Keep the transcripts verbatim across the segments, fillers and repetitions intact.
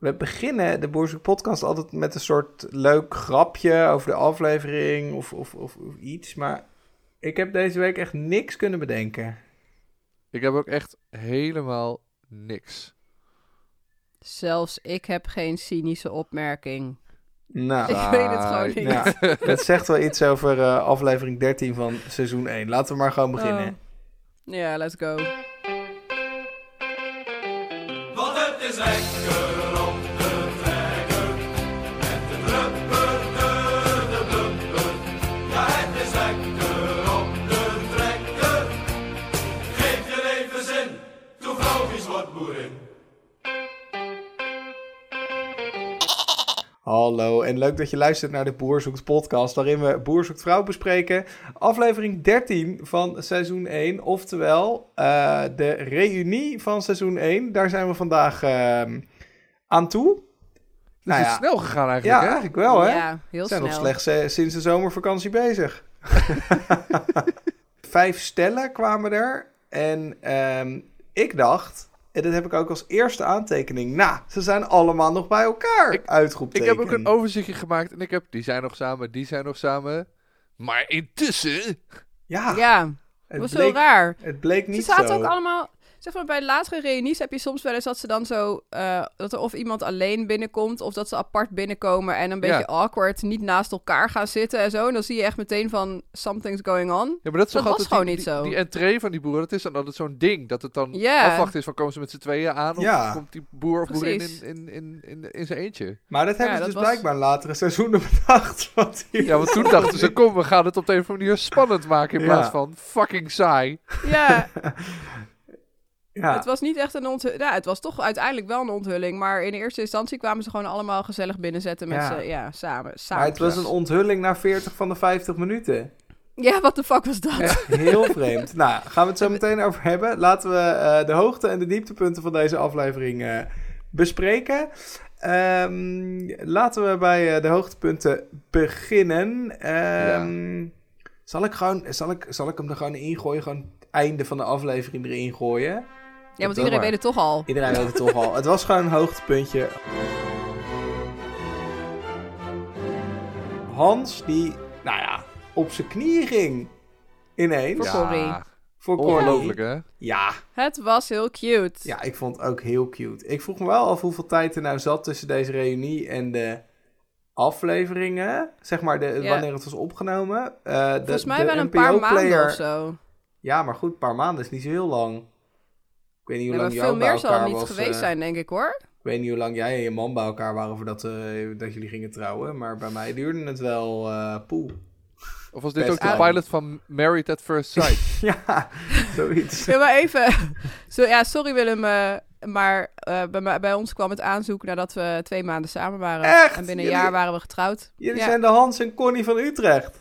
We beginnen de Boerzoek podcast altijd met een soort leuk grapje over de aflevering of, of, of, of iets. Maar ik heb deze week echt niks kunnen bedenken. Ik heb ook echt helemaal niks. Zelfs ik heb geen cynische opmerking. Nou, ik weet het gewoon niet. Ja, dat zegt wel iets over uh, aflevering dertien van seizoen één. Laten we maar gewoon beginnen. Oh. Ja, let's go. Want het is lekker om te trekken. Met de blubber, de, de blubber. Ja, het is lekker om te trekken. Geef je leven zin, toen vrouwtjes wordt boerin. Hallo en leuk dat je luistert naar de Boer Zoekt podcast, waarin we Boer Zoekt Vrouw bespreken. Aflevering dertien van seizoen één, oftewel uh, de reunie van seizoen één. Daar zijn we vandaag uh, aan toe. Het nou is ja. snel gegaan eigenlijk, ja, hè? eigenlijk wel, hè? Ja, heel we zijn snel. nog slechts uh, sinds de zomervakantie bezig. Vijf stellen kwamen er en um, ik dacht... En dat heb ik ook als eerste aantekening. Nou, ze zijn allemaal nog bij elkaar. Ik, Uitroepteken. Ik heb ook een overzichtje gemaakt. En ik heb, die zijn nog samen, die zijn nog samen. Maar intussen... Ja, ja het was bleek, zo raar. Het bleek niet zo. Ze zaten zo. ook allemaal... Zeg maar, bij de latere reunies heb je soms wel eens dat ze dan zo... Uh, dat er of iemand alleen binnenkomt... of dat ze apart binnenkomen en een beetje ja. awkward... niet naast elkaar gaan zitten en zo. En dan zie je echt meteen van... something's going on. Ja, maar dat, is dat was altijd gewoon die, niet die, zo. Die entree van die boeren, dat is dan altijd zo'n ding. Dat het dan yeah. afwachten is van... komen ze met z'n tweeën aan... of ja. komt die boer of boerin in, Precies. in, in, in, in zijn eentje. Maar dat hebben ja, ze dat dus was... blijkbaar in latere seizoenen bedacht. Wat ja, want toen dachten ze... kom, we gaan het op de een of andere manier spannend maken... in ja. plaats van fucking saai. Ja... Ja. Het was niet echt een onthulling. Ja, het was toch uiteindelijk wel een onthulling. Maar in eerste instantie kwamen ze gewoon allemaal gezellig binnenzetten met ja. z'n ja, samen, samen. Maar het was een onthulling na veertig van de vijftig minuten. Ja, wat de fuck was dat? Echt heel vreemd. Nou, gaan we het zo meteen over hebben. Laten we uh, de hoogte- en de dieptepunten van deze aflevering uh, bespreken. Um, laten we bij uh, de hoogtepunten beginnen. Um, ja. zal, ik gewoon, zal, ik, zal ik hem er gewoon in gooien? Gewoon het einde van de aflevering erin gooien? Ja, want iedereen weet het toch al. Iedereen weet het toch al. Het was gewoon een hoogtepuntje. Hans, die, nou ja, op zijn knieën ging. Ineens. Voor Corrie. Ja, voor Corrie. Ongelooflijk, hè? Ja. Het was heel cute. Ja, ik vond het ook heel cute. Ik vroeg me wel af hoeveel tijd er nou zat tussen deze reunie en de afleveringen. Zeg maar, de, ja. wanneer het was opgenomen. Uh, de, Volgens mij de wel een N P O paar maanden player... of zo. Ja, maar goed, een paar maanden is niet zo heel lang. Ik weet niet hoe nee, lang maar jou veel bij meer zal elkaar het niet was, geweest uh, zijn, denk ik, hoor. Ik weet niet hoe lang jij en je man bij elkaar waren voordat uh, dat jullie gingen trouwen. Maar bij mij duurde het wel uh, poeh. Of was dit Best ook de lang. pilot van Married at First Sight? Ja, zoiets. Ja, maar even... Zo, ja, sorry Willem, uh, maar uh, bij, bij ons kwam het aanzoek nadat we twee maanden samen waren. Echt? En binnen een Jullie- jaar waren we getrouwd. Jullie Ja. zijn de Hans en Connie van Utrecht.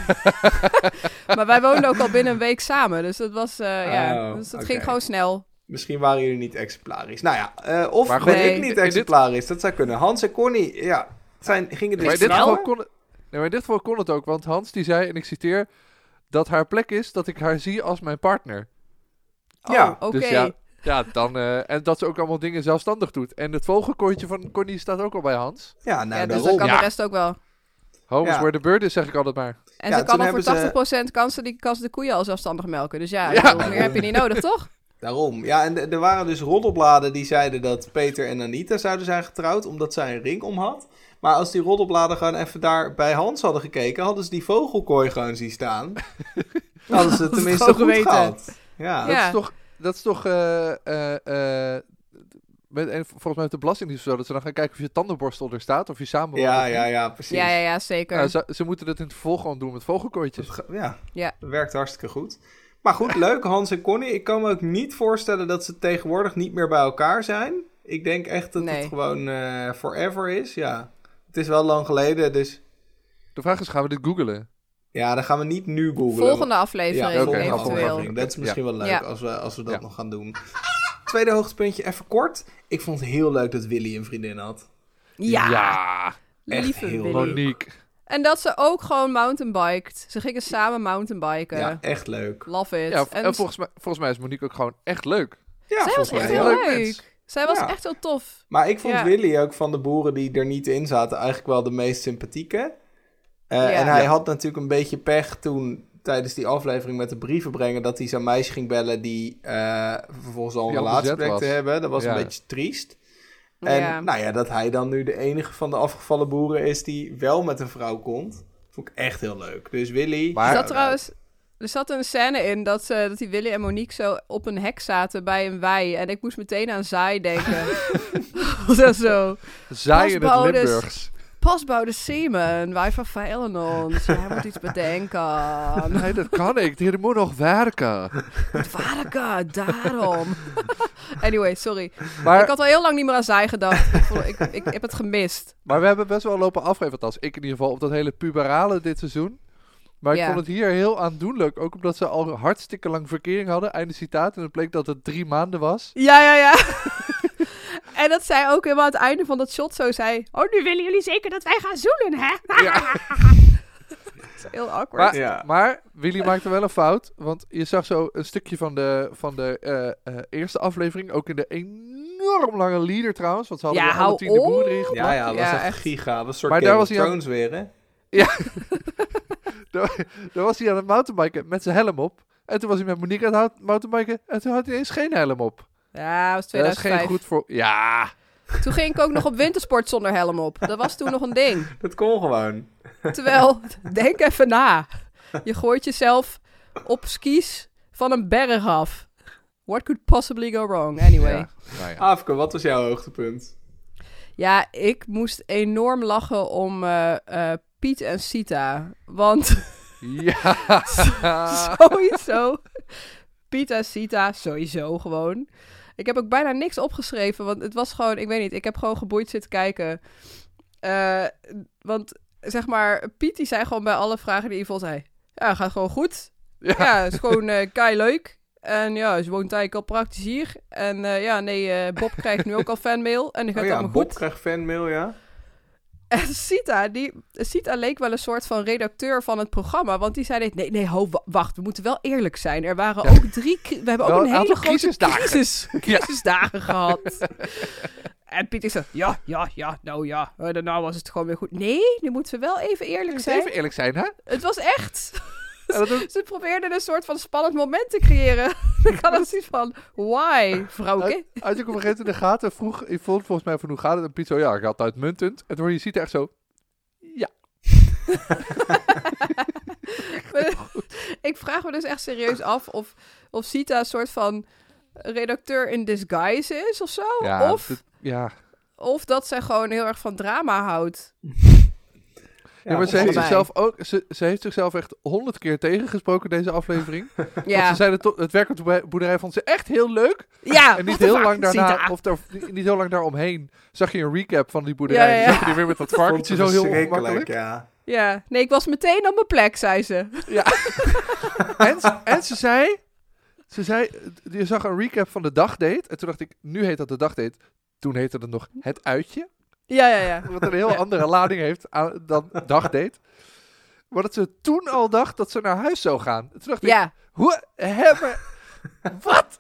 Maar wij woonden ook al binnen een week samen. Dus dat was, uh, ja, Oh, dus het oké. ging gewoon snel. Misschien waren jullie niet exemplarisch. Nou ja, uh, of Maar ben goed, ik in- niet in dit- exemplarisch. Dat zou kunnen. Hans en Connie, ja, zijn, gingen dus Maar in dit trouwen. geval kon het, nee, maar in dit geval kon het ook, want Hans die zei, en ik citeer, dat haar plek is dat ik haar zie als mijn partner. Ja, Oh, oké. Dus ja, ja dan, uh, en dat ze ook allemaal dingen zelfstandig doet. En het vogelkooitje van Connie staat ook al bij Hans. Ja, nou ja, dus daarom. dan kan Ja. de rest ook wel. Home is Ja. where the bird is, zeg ik altijd maar. En Ja, ze toen kan al voor hebben ze- tachtig procent kansen die kan ze de koeien al zelfstandig melken. Dus ja, Ja. ik bedoel, meer heb je niet nodig, toch? Daarom. Ja, en er waren dus roddelbladen die zeiden dat Peter en Anita zouden zijn getrouwd, omdat zij een ring om had. Maar als die roddelbladen gewoon even daar bij Hans hadden gekeken, hadden ze die vogelkooi gewoon zien staan. Dan hadden ze het tenminste gewoon goed geweten. gehad. Ja. Dat Ja. is toch, dat is toch, uh, uh, uh, met, en volgens mij met de Belastingdienst zo, dat ze dan gaan kijken of je tandenborstel er staat, of je samen. Ja, ja, ja, precies. Ja, ja, ja, zeker. Ja, ze, ze moeten dat in het vervolg gewoon doen met vogelkooitjes. Dat ge- Ja, Ja. dat werkt hartstikke goed. Maar goed, leuk, Hans en Connie. Ik kan me ook niet voorstellen dat ze tegenwoordig niet meer bij elkaar zijn. Ik denk echt dat Nee. het gewoon uh, forever is, ja. Het is wel lang geleden, dus De vraag is, gaan we dit googlen? ja, dan gaan we niet nu googlen. Volgende aflevering, Ja, volgende eventueel. aflevering. Dat is misschien wel leuk Ja. als, we, als we dat Ja. nog gaan doen. Tweede hoogtepuntje, even kort. Ik vond het heel leuk dat Willy een vriendin had. Ja, Ja, echt lieve heel Willy. leuk. Monique. En dat ze ook gewoon mountainbiked. Ze gingen samen mountainbiken. Ja, echt leuk. Love it. Ja, en en volgens mij, volgens mij is Monique ook gewoon echt leuk. Ja, zij was volgens echt mij heel wel. leuk leuk. mens. Ze Zij was Ja. echt heel tof. Maar ik vond Ja. Willy ook van de boeren die er niet in zaten eigenlijk wel de meest sympathieke. Uh, Ja. En hij Ja. had natuurlijk een beetje pech toen tijdens die aflevering met de brieven brengen dat hij zijn meisje ging bellen die uh, vervolgens al een Die al relatie bezet bleek te was. hebben. Dat was Ja. een beetje triest. En Ja. nou ja, dat hij dan nu de enige van de afgevallen boeren is die wel met een vrouw komt. Vond ik echt heel leuk. Dus Willy... Maar- Er Ja, zat trouwens... Er zat een scène in dat, ze, dat die Willy en Monique zo op een hek zaten bij een wei. En ik moest meteen aan Zaai denken. zo, zo. Zaai in het Pasbodes. Limburgs. Pasbouw de Seaman, wij verveilen ons. Jij moet iets bedenken. Nee, dat kan ik. Die moet nog werken. Varka, daarom. Anyway, sorry. Maar, Ik had al heel lang niet meer aan Zaai gedacht. Ik, vond, ik, ik heb het gemist. maar we hebben best wel lopen afgeven, althans ik in ieder geval, op dat hele puberale dit seizoen. Maar ik Ja. vond het hier heel aandoenlijk. Ook omdat ze al hartstikke lang verkering hadden. Einde citaat. En het bleek dat het drie maanden was. Ja, ja, ja. En dat zij ook helemaal aan het einde van dat shot zo zei... Oh, nu willen jullie zeker dat wij gaan zoenen, hè? Ja. Dat is heel awkward. Maar, Ja. maar Willy maakte wel een fout. Want je zag zo een stukje van de, van de eh, eh, eerste aflevering. Ook in de enorm lange leader trouwens. Want ze hadden Ja, er alle hou tien de boeren op. erin geplakt. Ja, ja, dat was Ja, echt echt. giga. Dat was een soort Maar Game daar of was hij aan- Thrones weer, hè? Daar, daar was hij aan het mountainbiken met zijn helm op. En toen was hij met Monique aan het hou- mountainbiken. En toen had hij eens geen helm op. Ja, dat was Dat is tweeduizend vijf. geen goed voor... Ja. Toen ging ik ook nog op wintersport zonder helm op. Dat was toen nog een ding. Dat kon gewoon. Terwijl, denk even na. Je gooit jezelf op skis van een berg af. What could possibly go wrong? Anyway. Ja. Nou ja. Afke, wat was jouw hoogtepunt? Ja, ik moest enorm lachen om eh, eh, Piet en Sita. Want Ja. sowieso. Piet en Sita, sowieso gewoon. Ik heb ook bijna niks opgeschreven, want het was gewoon, ik weet niet, ik heb gewoon geboeid zitten kijken. Eh, want zeg maar, Piet die zei gewoon bij alle vragen die Yvonne zei, ja, gaat gewoon goed. Ja. Ja, is gewoon eh kei leuk. En ja, ze woont eigenlijk al praktisch hier. En eh, ja, nee, eh, Bob krijgt nu ook al fanmail. En die gaat Oh ja, allemaal Bob goed. krijgt fanmail, ja. En Sita, die, Sita leek wel een soort van redacteur van het programma. Want die zei, dit, nee, nee, ho, wa- wacht, we moeten wel eerlijk zijn. Er waren Ja. ook drie, cri- we hebben Wel ook een een hele aantal grote crisisdagen. crisis, Ja. crisisdagen gehad. En Pieter zei, ja, ja, ja, nou ja, eh, daarna was het gewoon weer goed. Nee, nu moeten we wel even eerlijk zijn. Even eerlijk zijn, hè? Het was echt... En dat doet- Ze probeerden een soort van spannend moment te creëren. Ik had het zoiets van, why, vrouwke? Als ik op een gegeven moment in de gaten vroeg, ik vond volgens mij van hoe gaat het? En Piet zo, ja, ik had uitmuntend. En toen hoor je ziet echt zo, ja. Ik vraag me dus echt serieus af of, of Sita een soort van redacteur in disguise is of zo. Ja, of, dit- ja. of dat zij gewoon heel erg van drama houdt. Ja, maar ze heeft, allebei. zichzelf ook, ze, ze heeft zichzelf echt honderd keer tegengesproken deze aflevering. Want Ja, ze zeiden to- het werk op de boerderij vond ze echt heel leuk. ja En niet what the heel fuck, lang daarna, Sita. of daar, niet heel lang daaromheen, zag je een recap van die boerderij. Ja, ja, ja. Zag je die weer met dat varkentje zo heel Verschrikkelijk, ongemakkelijk. ja. Ja, nee, ik was meteen op mijn plek, zei ze. Ja. en, ze- en ze zei, ze zei, je zag een recap van de dagdate. En toen dacht ik, nu heet dat de dagdate. Toen heette het nog het uitje. Ja, ja, ja. Wat een heel andere lading heeft aan, dan dagdate. Maar dat ze toen al dacht dat ze naar huis zou gaan. Toen dacht ik, Ja, hoe hebben... Wat?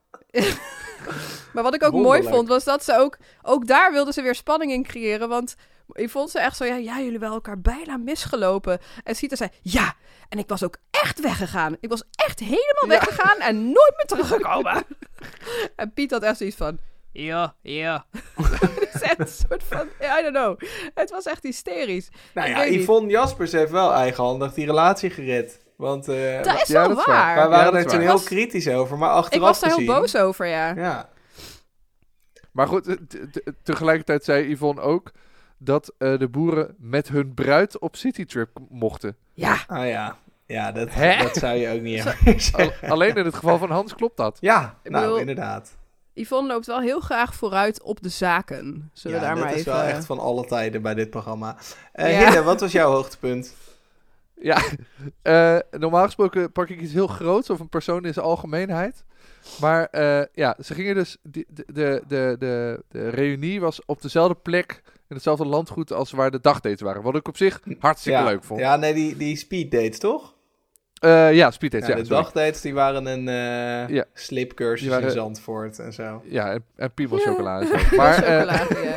maar wat ik ook Wonderlijk. mooi vond, was dat ze ook... Ook daar wilden ze weer spanning in creëren, want... Ik vond ze echt zo, ja, ja, jullie wel elkaar bijna misgelopen. En Sita zei, ja, en ik was ook echt weggegaan. Ik was echt helemaal Ja. weggegaan en nooit meer teruggekomen. En Piet had echt zoiets van, ja, ja. Het is echt een soort van, I don't know. Het was echt hysterisch. Nou Ik ja, weet niet. Yvonne Jaspers heeft wel eigenhandig die relatie gered. Want uh, Dat is ja, wel dat is waar. waar. wij Ja, waren dat er is toen waar. heel Ik was- kritisch over, maar achteraf Ik was daar heel gezien... boos over, ja. Ja. Maar goed, t- t- tegelijkertijd zei Yvonne ook dat eh, de boeren met hun bruid op citytrip mochten. Ja, Ah ja, ja dat, Hè? dat zou je ook niet Zo- hebben zeggen. Al- alleen in het geval van Hans klopt dat. Ja, Ik nou bedoel- inderdaad. Yvonne loopt wel heel graag vooruit op de zaken. Zullen Ja, we daar dat maar is even... wel echt van alle tijden bij dit programma. Eh Ja. Hidde, wat was jouw hoogtepunt? Ja, eh, normaal gesproken pak ik iets heel groots of een persoon in zijn algemeenheid. Maar eh, ja, ze gingen dus... Die, de, de, de, de, de reunie was op dezelfde plek in hetzelfde landgoed als waar de dagdates waren. Wat ik op zich hartstikke ja. leuk vond. Ja, nee, die, die speed dates, toch? Uh, ja, speeddates. Ja, Ja, de sorry. dagdates die waren een uh, Ja. slipcursus Die waren- in Zandvoort en zo. Ja, en, en piemelchocola en zo. Maar, eh, Chocolade, ja.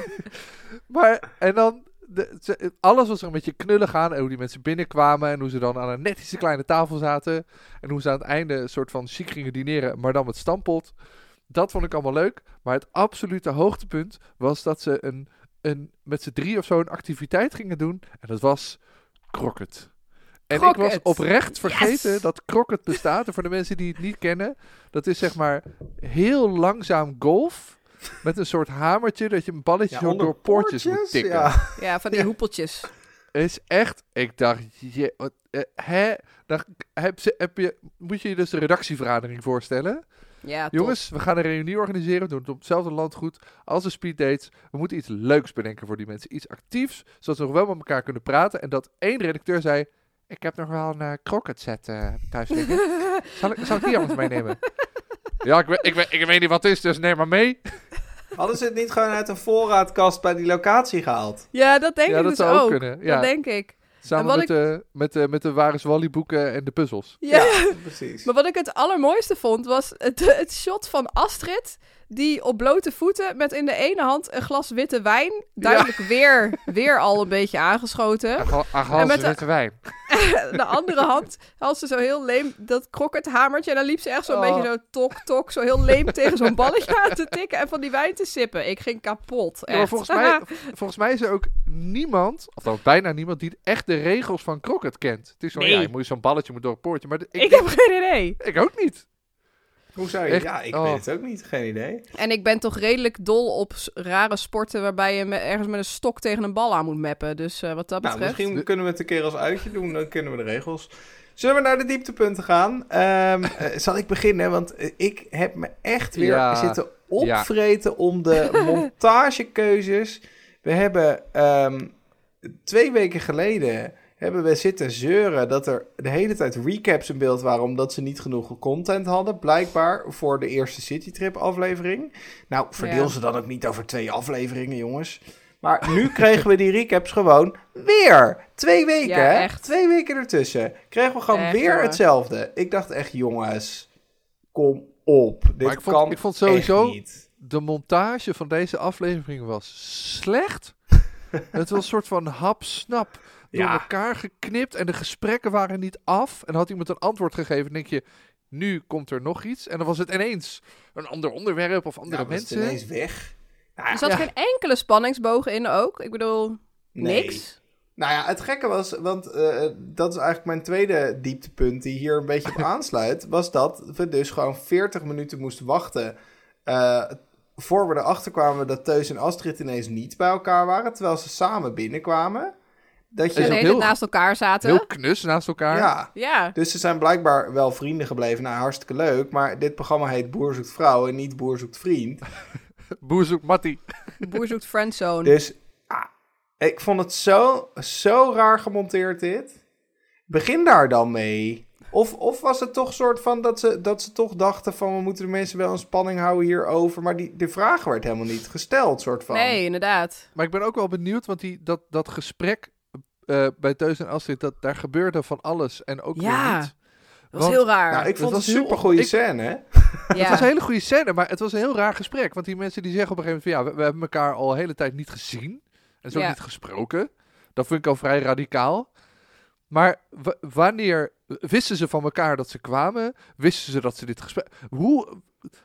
maar, en dan, de, ze- alles was er een beetje knullig aan. En hoe die mensen binnenkwamen. En hoe ze dan aan een net iets te kleine tafel zaten. En hoe ze aan het einde een soort van chic gingen dineren. Maar dan met stampot. Dat vond ik allemaal leuk. Maar het absolute hoogtepunt was dat ze een, een, met z'n drie of zo een activiteit gingen doen. En dat was croquet. En ik was Croquet. oprecht vergeten Yes. dat croquet bestaat. En voor de mensen die het niet kennen. Dat is zeg maar heel langzaam golf. Met een soort hamertje dat je een balletje Ja, zo onder door poortjes moet poortjes, tikken. Ja. Ja, van die Ja. hoepeltjes. Het is echt, ik dacht, je, wat, eh, hè? Dan heb, ze- heb je, moet je je dus de redactievergadering voorstellen. Ja, top. Jongens, we gaan een reunie organiseren. We doen het op hetzelfde landgoed als de speeddates. We moeten iets leuks bedenken voor die mensen. Iets actiefs, zodat ze nog wel met elkaar kunnen praten. En dat één redacteur zei, ik heb nog wel een uh, croquet set uh, thuis liggen. zal, ik, zal ik die anders meenemen? Ja, ik weet, ik, weet, ik weet niet wat het is, dus neem maar mee. Hadden ze het niet gewoon uit een voorraadkast bij die locatie gehaald? Ja, dat denk Ja, ik dat dus zou ook ook. kunnen, ja. Dat denk ik. Samen wat met, ik- de, met, de, met de Waris Wally boeken en de puzzels. Ja. precies. Maar wat ik het allermooiste vond, was het, het shot van Astrid, die op blote voeten met in de ene hand een glas witte wijn, duidelijk weer, weer al een beetje aangeschoten. Ach, met de- witte wijn. De andere hand had ze zo heel leem dat croquethamertje. En dan liep ze echt zo'n Oh. beetje zo tok, tok, zo heel leem tegen zo'n balletje aan te tikken en van die wijn te sippen. Ik ging kapot. Ja, maar echt. volgens mij, volgens mij is er ook niemand, of dan bijna niemand, die echt de regels van croquet kent. Het is zo, Nee. ja, je moet zo'n balletje moet door een poortje. Maar de- ik, Ik heb geen idee. ik ook niet. Hoe zou je... Echt? Ja, ik Oh. weet het ook niet. Geen idee. En ik ben toch redelijk dol op s- rare sporten waarbij je me ergens met een stok tegen een bal aan moet mappen. Dus eh, wat dat Nou, betreft... misschien kunnen we het een keer als uitje doen. Dan kennen we de regels. Zullen we naar de dieptepunten gaan? Ehm, eh, zal ik beginnen? Want eh, ik heb me echt weer Ja. zitten opvreten om de montagekeuzes. We hebben ehm, twee weken geleden hebben we zitten zeuren dat er de hele tijd recaps in beeld waren omdat ze niet genoeg content hadden, blijkbaar, voor de eerste Citytrip aflevering. Nou, verdeel Ja. ze dan ook niet over twee afleveringen, jongens. Maar nu kregen we die recaps gewoon weer. Twee weken, Ja, hè? echt. Twee weken ertussen. Kregen we gewoon Echt, weer jongen. hetzelfde. Ik dacht echt, jongens, kom op. Dit Maar ik vond- kan ik vond sowieso- echt niet. De montage van deze aflevering was slecht. Het was een soort van hap-snap door Ja. elkaar geknipt. En de gesprekken waren niet af. En dan had iemand een antwoord gegeven. En denk je, nu komt er nog iets. En dan was het ineens een ander onderwerp of andere Ja, was het mensen. ineens weg. Nou, Er zat Ja. geen enkele spanningsbogen in ook. Ik bedoel, nee. niks. Nou ja, het gekke was, want eh, dat is eigenlijk mijn tweede dieptepunt die hier een beetje op aansluit, was dat we dus gewoon veertig minuten moesten wachten eh, voor we erachter kwamen dat Teus en Astrid ineens niet bij elkaar waren, terwijl ze samen binnenkwamen. Dat je, Is En ook de hele heel- tijd naast elkaar zaten. Heel knus naast elkaar. ja, Ja. dus ze zijn blijkbaar wel vrienden gebleven. Nou, hartstikke leuk, maar dit programma heet Boer zoekt vrouw en niet Boer zoekt vriend. Boer zoekt Mattie. Boer zoekt friendzone. Dus ah, ik vond het zo, zo raar gemonteerd dit. Begin daar dan mee. Of, of was het toch soort van dat ze, dat ze toch dachten van we moeten de mensen wel een spanning houden hierover. Maar die, de vraag werd helemaal niet gesteld, soort van. Nee, inderdaad. Maar ik ben ook wel benieuwd, want die, dat, dat gesprek eh, bij Teus en Astrid, dat, daar gebeurde van alles en ook Ja. weer niet. Dat was Want- heel raar. Nou, ik vond was het een heel- super goede ik- scène, hè? Het ja. was een hele goede scène, maar het was een heel raar gesprek. Want die mensen die zeggen op een gegeven moment van ja, we, we hebben elkaar al een hele tijd niet gezien. En zo Ja. niet gesproken. Dat vind ik al vrij radicaal. Maar w- wanneer wisten ze van elkaar dat ze kwamen? Wisten ze dat ze dit gesprek... Hoe...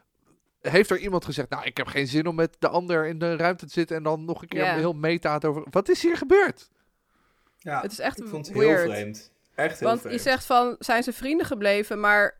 Heeft er iemand gezegd, nou, ik heb geen zin om met de ander in de ruimte te zitten en dan nog een keer Ja. heel meta over... Wat is hier gebeurd? Ja, Het is echt ik vond het weird. heel vreemd. Echt heel Want vreemd. je zegt van, zijn ze vrienden gebleven, maar...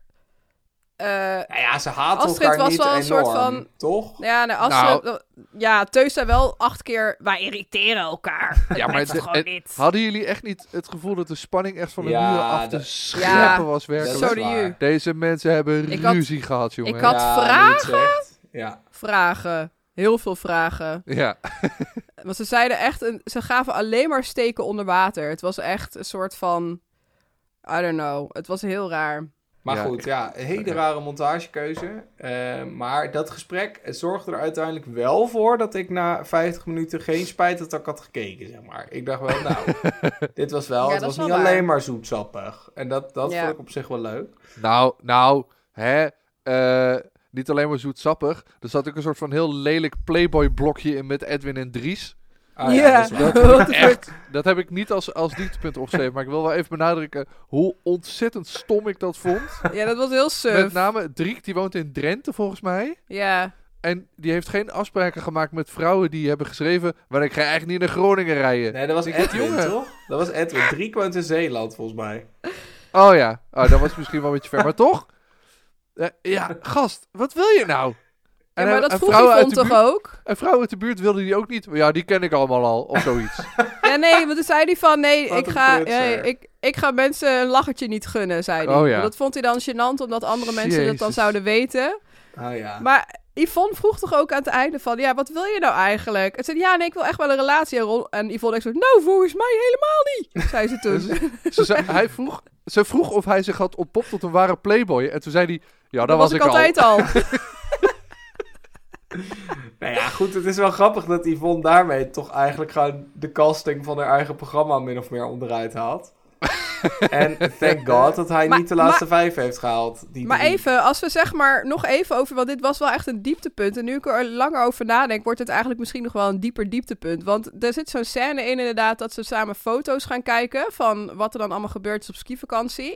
eh, Nou ja, ze haten Astrid elkaar was niet wel een enorm, soort van- toch? ja, nou, als Nou. ze, ja, Teus zei wel acht keer, wij irriteren elkaar. Ja, maar dat de- gewoon het- niet. Hadden jullie echt niet het gevoel dat de spanning echt van de Ja, muur af te dat- scheppen Ja, was werkelijk? dat Zo is de waar. ju. Deze mensen hebben Ik had- ruzie gehad, jongen. ik had- Ja, nu je het vragen? zegt. Ja. Vragen. Heel veel vragen. Ja. Want ze zeiden echt, een, ze gaven alleen maar steken onder water. Het was echt een soort van, I don't know. Het was heel raar. Maar Ja, goed, echt. ja, een hele Ja. rare montagekeuze. Uh, maar dat gesprek zorgde er uiteindelijk wel voor dat ik na vijftig minuten geen spijt had dat ik had gekeken, zeg maar. Ik dacht wel, nou, dit was wel, Ja, het dat was is niet wel alleen waar. maar zoetsappig. En dat, dat Ja. vond ik op zich wel leuk. Nou, nou, hè. eh, niet alleen maar zoetsappig. Er zat ook een soort van heel lelijk Playboy-blokje in met Edwin en Dries. Ah, Ja. dat is waar. Dat heb ik echt, dat heb ik niet als, als dieptepunt opgeschreven. Maar ik wil wel even benadrukken hoe ontzettend stom ik dat vond. Ja, dat was heel suf. Met name Driek, die woont in Drenthe volgens mij. Ja. En die heeft geen afspraken gemaakt met vrouwen die hebben geschreven... maar ik ga eigenlijk niet naar Groningen rijden. Nee, dat was Ik dacht, Edwin, jongen. toch? Dat was Edwin. Drie kwam in Zeeland, volgens mij. Oh ja, oh, dat was misschien wel een beetje ver. Maar toch? Eh, ja, gast, wat wil je nou? Ja, En, maar eh, dat en vroeg vrouwen uit Yvonne de toch buurt- ook? En vrouwen uit de buurt wilden die ook niet. Ja, die ken ik allemaal al, of zoiets. Ja, nee, want toen zei hij van... Nee, Wat ik een ga, prutser. ja, ik, ik ga mensen een lachertje niet gunnen, zei hij. Oh ja. Want dat vond hij dan gênant, omdat andere mensen dat dan Jezus. zouden weten. Ah ja. Maar Yvonne vroeg toch ook aan het einde van... Ja, wat wil je nou eigenlijk? Het zei, ja, nee, ik wil echt wel een relatie. En, Ron, en Yvonne echt zo... Nou, volgens mij helemaal niet, zei ze toen. Ze, zei, hij vroeg, ze vroeg of hij zich had ontpopt tot een ware playboy. En toen zei hij... Ja, dat, dat was ik altijd al. Nou ja, goed, het is wel grappig dat Yvonne daarmee toch eigenlijk gewoon de casting van haar eigen programma min of meer onderuit haalt. En thank God dat hij Maar- niet de laatste vijf heeft gehaald. Die Maar drie. even, als we zeg maar nog even over... Want dit was wel echt een dieptepunt. En nu ik er langer over nadenk... wordt het eigenlijk misschien nog wel een dieper dieptepunt. Want er zit zo'n scène in inderdaad... dat ze samen foto's gaan kijken... van wat er dan allemaal gebeurd is op skivakantie.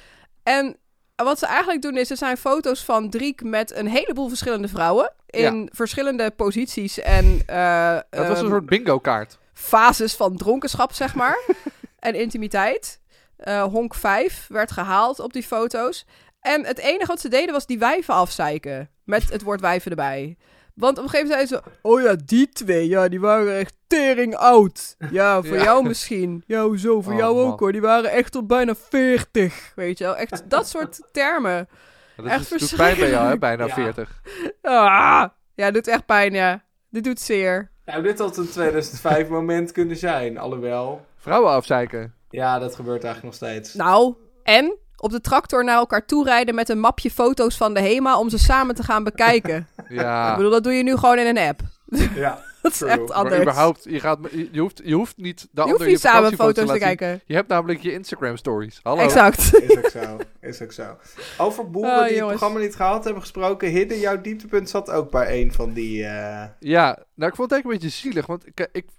En wat ze eigenlijk doen is... er zijn foto's van Driek met een heleboel verschillende vrouwen... in verschillende posities en... eh, Dat was een ehm, soort bingo kaart. fases van dronkenschap, zeg maar. En intimiteit. Eh, honk vijf werd gehaald op die foto's. En het enige wat ze deden was die wijven afzeiken. Met het woord wijven erbij. Want op een gegeven moment zeiden ze... Oh ja, die twee, ja, die waren echt tering oud. Ja, voor Ja. jou misschien. Ja, hoezo? Voor Oh, jou ook man. hoor. Die waren echt al bijna veertig. Weet je wel? Echt dat soort termen. Dat echt is, doet pijn bij jou, hè? Bijna Ja. veertig. Ah, ja, doet echt pijn, ja. Dit doet zeer. Nou, dit had een tweeduizend vijf moment kunnen zijn. Alhoewel, Vrouwen afzeiken. ja, dat gebeurt eigenlijk nog steeds. Nou, en op de tractor naar elkaar toe rijden met een mapje foto's van de HEMA om ze samen te gaan bekijken. Ja. Ik bedoel, dat doe je nu gewoon in een app. Ja, Dat is true. echt Maar anders. überhaupt, je, gaat, je, je, hoeft, je hoeft niet de Je ander hoeft je niet samen vakantiefoto's foto's te laten zien. kijken. Je hebt namelijk je Instagram stories. Hallo. Exact. is ook zo. Is ook zo. Over boeren Oh, die het jongens. programma niet gehaald hebben gesproken. Hidde, jouw dieptepunt zat ook bij een van die... eh, Ja, nou ik vond het eigenlijk een beetje zielig. Want ik, ik,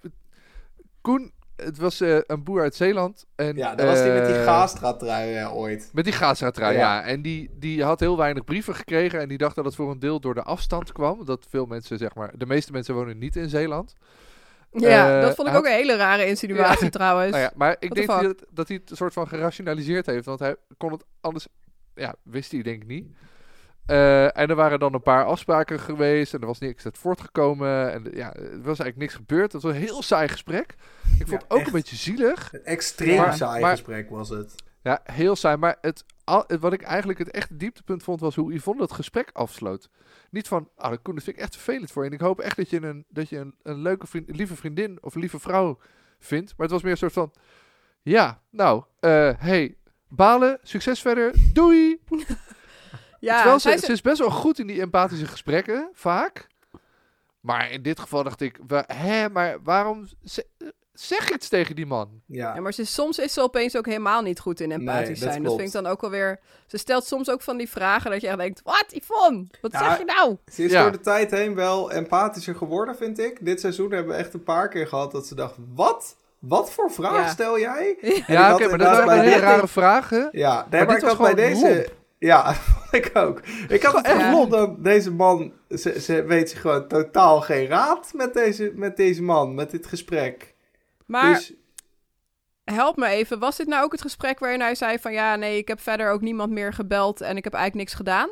Koen, het was eh, een boer uit Zeeland. En, ja, dat was die met die eh, Gaastra-trui eh, ooit. Met die Gaza-trui, Ja. ja. En die, die had heel weinig brieven gekregen. En die dacht dat het voor een deel door de afstand kwam. Dat veel mensen, zeg maar... De meeste mensen wonen niet in Zeeland. Ja, Eh, dat vond ik hij ook een hele rare insinuatie trouwens. Nou ja, maar ik What denk the dat, fuck? hij- dat hij het een soort van gerationaliseerd heeft. Want hij kon het anders... Ja, wist hij denk ik niet. Eh, en er waren dan een paar afspraken geweest. En er was niks uit voortgekomen. En ja, er was eigenlijk niks gebeurd. Het was een heel saai gesprek. Ik vond Ja, het ook echt. een beetje zielig. Een extreem Maar- saai maar- gesprek was het. Ja, heel saai. Maar het, al, het- wat ik eigenlijk het echte dieptepunt vond, was hoe Yvonne het gesprek afsloot. Niet van, ah, Koen, dat vind ik echt vervelend voor je. En ik hoop echt dat je een, dat je een, een leuke vriend, lieve vriendin of lieve vrouw vindt. Maar het was meer een soort van, ja, nou, eh hey, balen, succes verder, doei! Ja, Terwijl zij ze, ze- ze is best wel goed in die empathische gesprekken, vaak. Maar in dit geval dacht ik, wa- hè, maar waarom... ze- zeg iets tegen die man. Ja. Ja, maar ze, soms is ze opeens ook helemaal niet goed in Nee, empathisch dat zijn. Dat klopt. vind ik dan ook alweer... Ze stelt soms ook van die vragen dat je echt denkt... Wat, Yvonne? Wat Ja, zeg je nou? Ze is Ja. door de tijd heen wel empathischer geworden, vind ik. Dit seizoen hebben we echt een paar keer gehad dat ze dacht, wat? Wat voor vraag Ja. stel jij? En ik Ja, had oké, maar dat inderdaad waren bij wel hele dit- rare vragen. Ja, nee, Maar maar, dit ik was had bij gewoon deze... lomp. Ja, dat vond ik ook. Ik had het Echt echt lomp. dat deze man... Ze, ze weet zich gewoon totaal geen raad met deze, met deze man, met dit gesprek. Maar Dus help me even. Was dit nou ook het gesprek waarin hij zei van... Ja, nee, ik heb verder ook niemand meer gebeld en ik heb eigenlijk niks gedaan?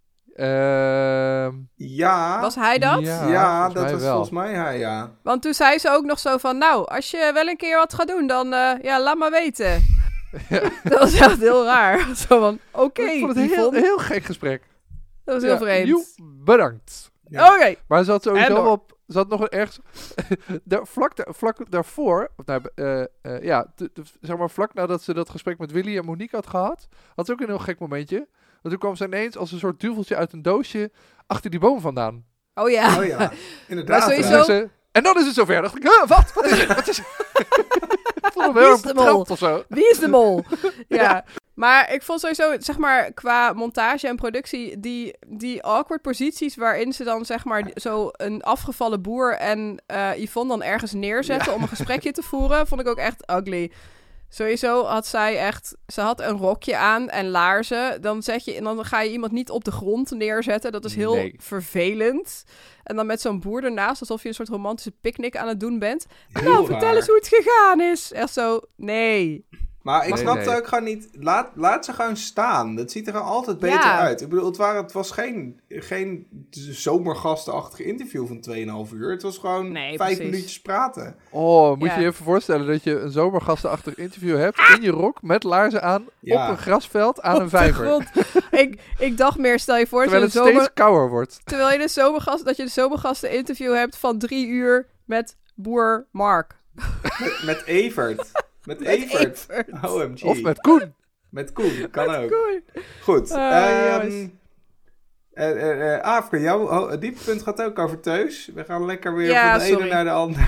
Ehm ja... Was hij dat? Ja. Ja, volgens dat mij was wel. volgens mij hij, ja. Want toen zei ze ook nog zo van... Nou, als je wel een keer wat gaat doen, dan eh, ja, laat maar weten. Dat was echt heel raar. Zo van, oké, ik vond het een heel, Yvonne. heel gek gesprek. Dat was heel Ja, vreemd. joe, bedankt. Ja. Oké. Maar ze had En sowieso door. wel, Ze had nog ergens... daar, vlak, daar, vlak daarvoor... Of nou, uh, uh, ja, t- t- zeg maar vlak nadat ze dat gesprek met Willy en Monique had gehad... had ze ook een heel gek momentje. Want toen kwam ze ineens als een soort duveltje uit een doosje... achter die boom vandaan. Oh ja. Oh ja, inderdaad. Maar sowieso- ja. En, ze, en dan is het zover. Dan dacht ik, huh, wat? Wat is het? Wat is het? Ik vond hem heel Wie erg is de mol? betrapt of zo. Wie is de mol? ja. Maar ik vond sowieso, zeg maar, qua montage en productie... die, die awkward posities waarin ze dan, zeg maar... zo een afgevallen boer en uh, Yvonne dan ergens neerzetten... Ja. om een gesprekje te voeren, vond ik ook echt ugly. Sowieso had zij echt... Ze had een rokje aan en laarzen. Dan, zet je, en dan ga je iemand niet op de grond neerzetten. Dat is heel Nee. vervelend. En dan met zo'n boer ernaast... alsof je een soort romantische picknick aan het doen bent. En Heel nou, vertel raar. eens hoe het gegaan is. Echt zo, nee... Maar ik Nee, snapte nee. ook gewoon niet... Laat, laat ze gewoon staan. Dat ziet er gewoon altijd beter Ja. uit. Ik bedoel, het, waren, het was geen, geen zomergastenachtige interview van twee komma vijf uur. Het was gewoon Nee, vijf precies. minuutjes praten. Oh, moet Ja. je je even voorstellen dat je een zomergastenachtig interview hebt... in je rok, met laarzen aan, Ja. op een grasveld aan Op een de vijver. grond. ik, ik dacht meer, stel je voor... Terwijl het zo'n zomer, steeds kouder wordt. terwijl je de zomergast, dat je de zomergasten interview hebt van drie uur met boer Mark. Met, met Evert. Met Met Evert. Evert. O M G. Of met Koen. Met Koen, kan ook. Cool. Goed. Ah, ehm jongens. eh, eh, eh, Aafke, jouw ho- dieptepunt gaat ook over Teus. We gaan lekker weer Ja, van de sorry. ene naar de andere.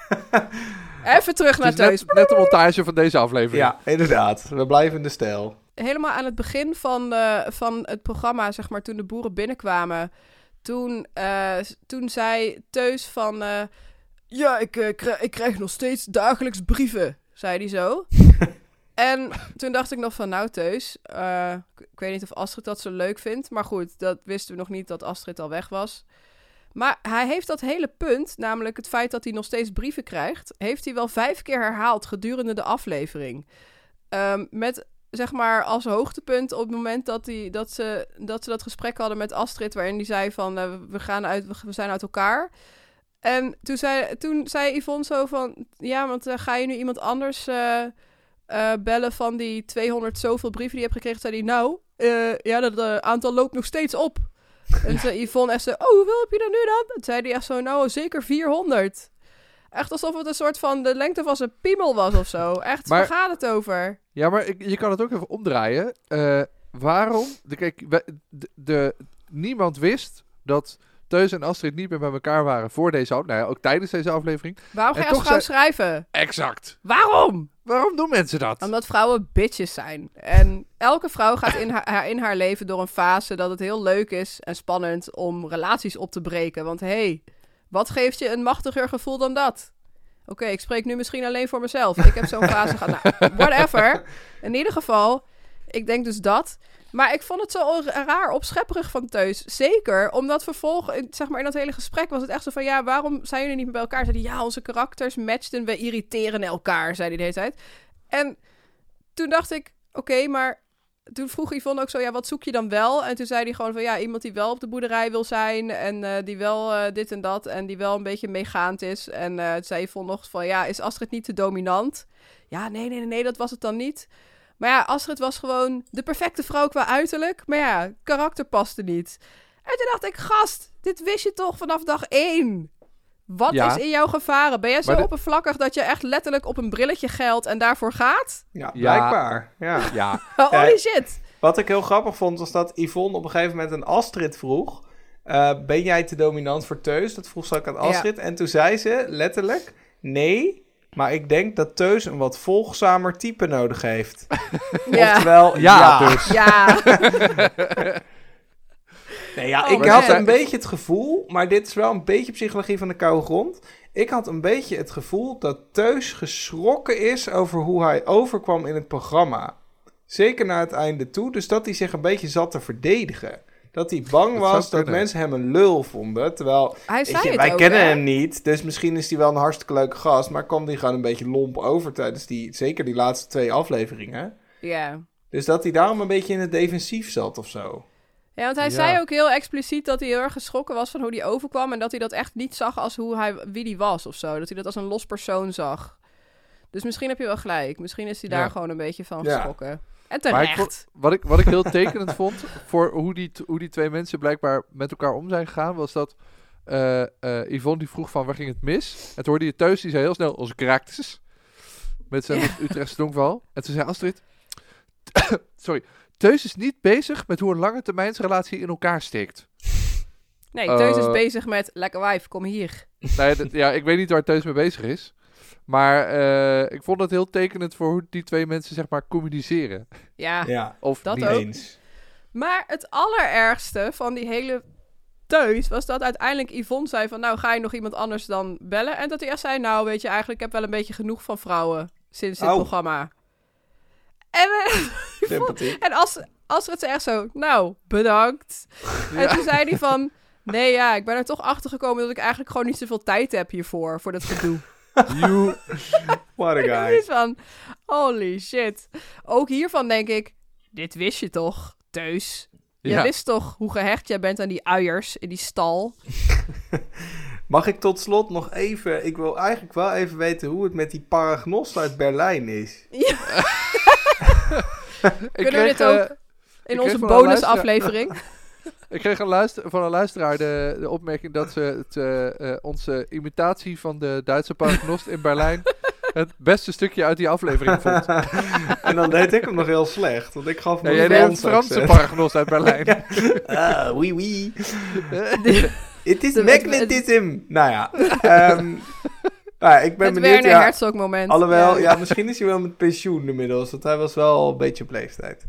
Even terug naar Het is thuis. net, net de montage van deze aflevering. Ja, inderdaad. We blijven in de stijl. Helemaal aan het begin van, eh, van het programma, zeg maar, toen de boeren binnenkwamen... toen, eh, toen zei Teus van... eh, ja, ik, eh, krijg, ik krijg nog steeds dagelijks brieven, zei hij zo. En toen dacht ik nog van, nou Teus, eh, ik, ik weet niet of Astrid dat zo leuk vindt. Maar goed, dat wisten we nog niet dat Astrid al weg was. Maar hij heeft dat hele punt, namelijk het feit dat hij nog steeds brieven krijgt... heeft hij wel vijf keer herhaald gedurende de aflevering. Ehm, met, zeg maar, als hoogtepunt op het moment dat, hij, dat, ze, dat ze dat gesprek hadden met Astrid... waarin hij zei van, eh, we, gaan uit, we zijn uit elkaar... En toen zei, toen zei Yvonne zo van... Ja, want uh, ga je nu iemand anders uh, uh, bellen van die tweehonderd zoveel brieven die je hebt gekregen? Zei hij, nou, uh, ja, dat uh, aantal loopt nog steeds op. En zei Yvonne echt zo, oh, hoeveel heb je er nu dan? Toen zei hij echt zo, nou, zeker vierhonderd. Echt alsof het een soort van de lengte van zijn piemel was of zo. Echt, Maar- waar gaat het over? Ja, maar ik, je kan het ook even omdraaien. Uh, waarom? De, kijk, we- de, de, niemand wist dat Teus en Astrid niet meer bij elkaar waren voor deze aflevering. Nou ja, ook tijdens deze aflevering. Waarom ga En je als toch vrouw zei- schrijven? Exact. Waarom? Waarom doen mensen dat? Omdat vrouwen bitches zijn. En elke vrouw gaat in haar, in haar leven door een fase dat het heel leuk is en spannend om relaties op te breken. Want hé, hey, wat geeft je een machtiger gevoel dan dat? Oké, okay, ik spreek nu misschien alleen voor mezelf. Ik heb zo'n fase gehad. Nou, whatever. In ieder geval, ik denk dus dat. Maar ik vond het zo raar opschepperig van Teus. Zeker, omdat vervolgens, zeg maar in dat hele gesprek was het echt zo van... Ja, waarom zijn jullie niet meer bij elkaar? Zei hij, ja, onze karakters matchten, we irriteren elkaar, zei hij de hele tijd. En toen dacht ik, oké, okay, maar... Toen vroeg Yvonne ook zo, ja, wat zoek je dan wel? En toen zei hij gewoon van, ja, iemand die wel op de boerderij wil zijn... en uh, die wel uh, dit en dat en die wel een beetje meegaand is. En uh, toen zei Yvonne nog van, ja, is Astrid niet te dominant? Ja, nee, nee, nee, nee, dat was het dan niet... Maar ja, Astrid was gewoon de perfecte vrouw qua uiterlijk. Maar ja, karakter paste niet. En toen dacht ik, gast, dit wist je toch vanaf dag één? Wat Ja. is in jouw gevaren? Ben jij zo Maar de- oppervlakkig dat je echt letterlijk op een brilletje geldt en daarvoor gaat? Ja, Ja. blijkbaar. Ja. Ja, Holy Ja. shit. Wat ik heel grappig vond, was dat Yvonne op een gegeven moment een Astrid vroeg. Uh, ben jij te dominant voor Teus? Dat vroeg ze ook aan Astrid. En toen zei ze letterlijk, nee... Maar ik denk dat Teus een wat volgzamer type nodig heeft. Ja. Oftewel, ja, ja. dus. Ja. Nee, ja, Oh, ik man. had een beetje het gevoel, maar dit is wel een beetje psychologie van de koude grond. Ik had een beetje het gevoel dat Teus geschrokken is over hoe hij overkwam in het programma. Zeker naar het einde toe. Dus dat hij zich een beetje zat te verdedigen. Dat hij bang Dat was zou dat kunnen. mensen hem een lul vonden. Terwijl, Hij weet zei je, het wij ook, kennen hè? hem niet. Dus misschien is hij wel een hartstikke leuke gast. Maar kwam hij gewoon een beetje lomp over tijdens die, zeker die laatste twee afleveringen. Ja. Dus dat hij daarom een beetje in het defensief zat of zo. Ja, want hij Ja. zei ook heel expliciet dat hij heel erg geschrokken was van hoe hij overkwam. En dat hij dat echt niet zag als hoe hij, wie hij was of zo. Dat hij dat als een los persoon zag. Dus misschien heb je wel gelijk. Misschien is hij daar Ja. gewoon een beetje van Ja. geschrokken. En Maar ik terecht. vond- wat, ik, wat ik heel tekenend vond voor hoe die, t- hoe die twee mensen blijkbaar met elkaar om zijn gegaan, was dat uh, uh, Yvonne die vroeg van waar ging het mis? En toen hoorde je Teus, die zei heel snel onze karakters. Met zijn Ja. Utrechtse tongval. En toen zei Astrid... Sorry. Teus is niet bezig met hoe een lange termijnsrelatie in elkaar steekt. Nee, Teus is Uh, bezig met, lekker wijf, kom hier. Nee, dat- ja, ik weet niet waar Teus mee bezig is. Maar uh, ik vond het heel tekenend voor hoe die twee mensen zeg maar communiceren. Ja, Ja, Of Dat niet. ook. eens. maar het allerergste van die hele Teus was dat uiteindelijk Yvonne zei van, nou, ga je nog iemand anders dan bellen? En dat hij echt zei, nou, weet je, eigenlijk ik heb wel een beetje genoeg van vrouwen sinds dit Oh. programma. En, eh, Sympathie. en als, als het echt zo, nou, bedankt. En toen zei hij van, nee, ja, ik ben er toch achter gekomen dat ik eigenlijk gewoon niet zoveel tijd heb hiervoor, voor dat gedoe. You. What a Ik guy. is van, holy shit. Ook hiervan denk ik, dit wist je toch, Teus? Je Ja. wist toch hoe gehecht jij bent aan die uiers in die stal? Mag ik tot slot nog even... Ik wil eigenlijk wel even weten hoe het met die paragnost uit Berlijn is. Ik Kunnen we dit eh, ook in kreeg onze van een bonusaflevering? Ik kreeg een luister, van een luisteraar de, de opmerking dat ze het, eh, eh, onze imitatie van de Duitse paragnost in Berlijn het beste stukje uit die aflevering vond. En dan deed ik hem nog heel slecht. Want ik gaf hem Ja, een jij deed het Frans Franse accent. paragnost uit Berlijn. Ah, oui, oui. Het is De- magnetism. Nou ja. ehm, nou, ik ben Het benieuwd. Werner Ja, Herzog moment. alhoewel, Ja. ja, misschien is hij wel met pensioen inmiddels. Want hij was wel een beetje op leeftijd.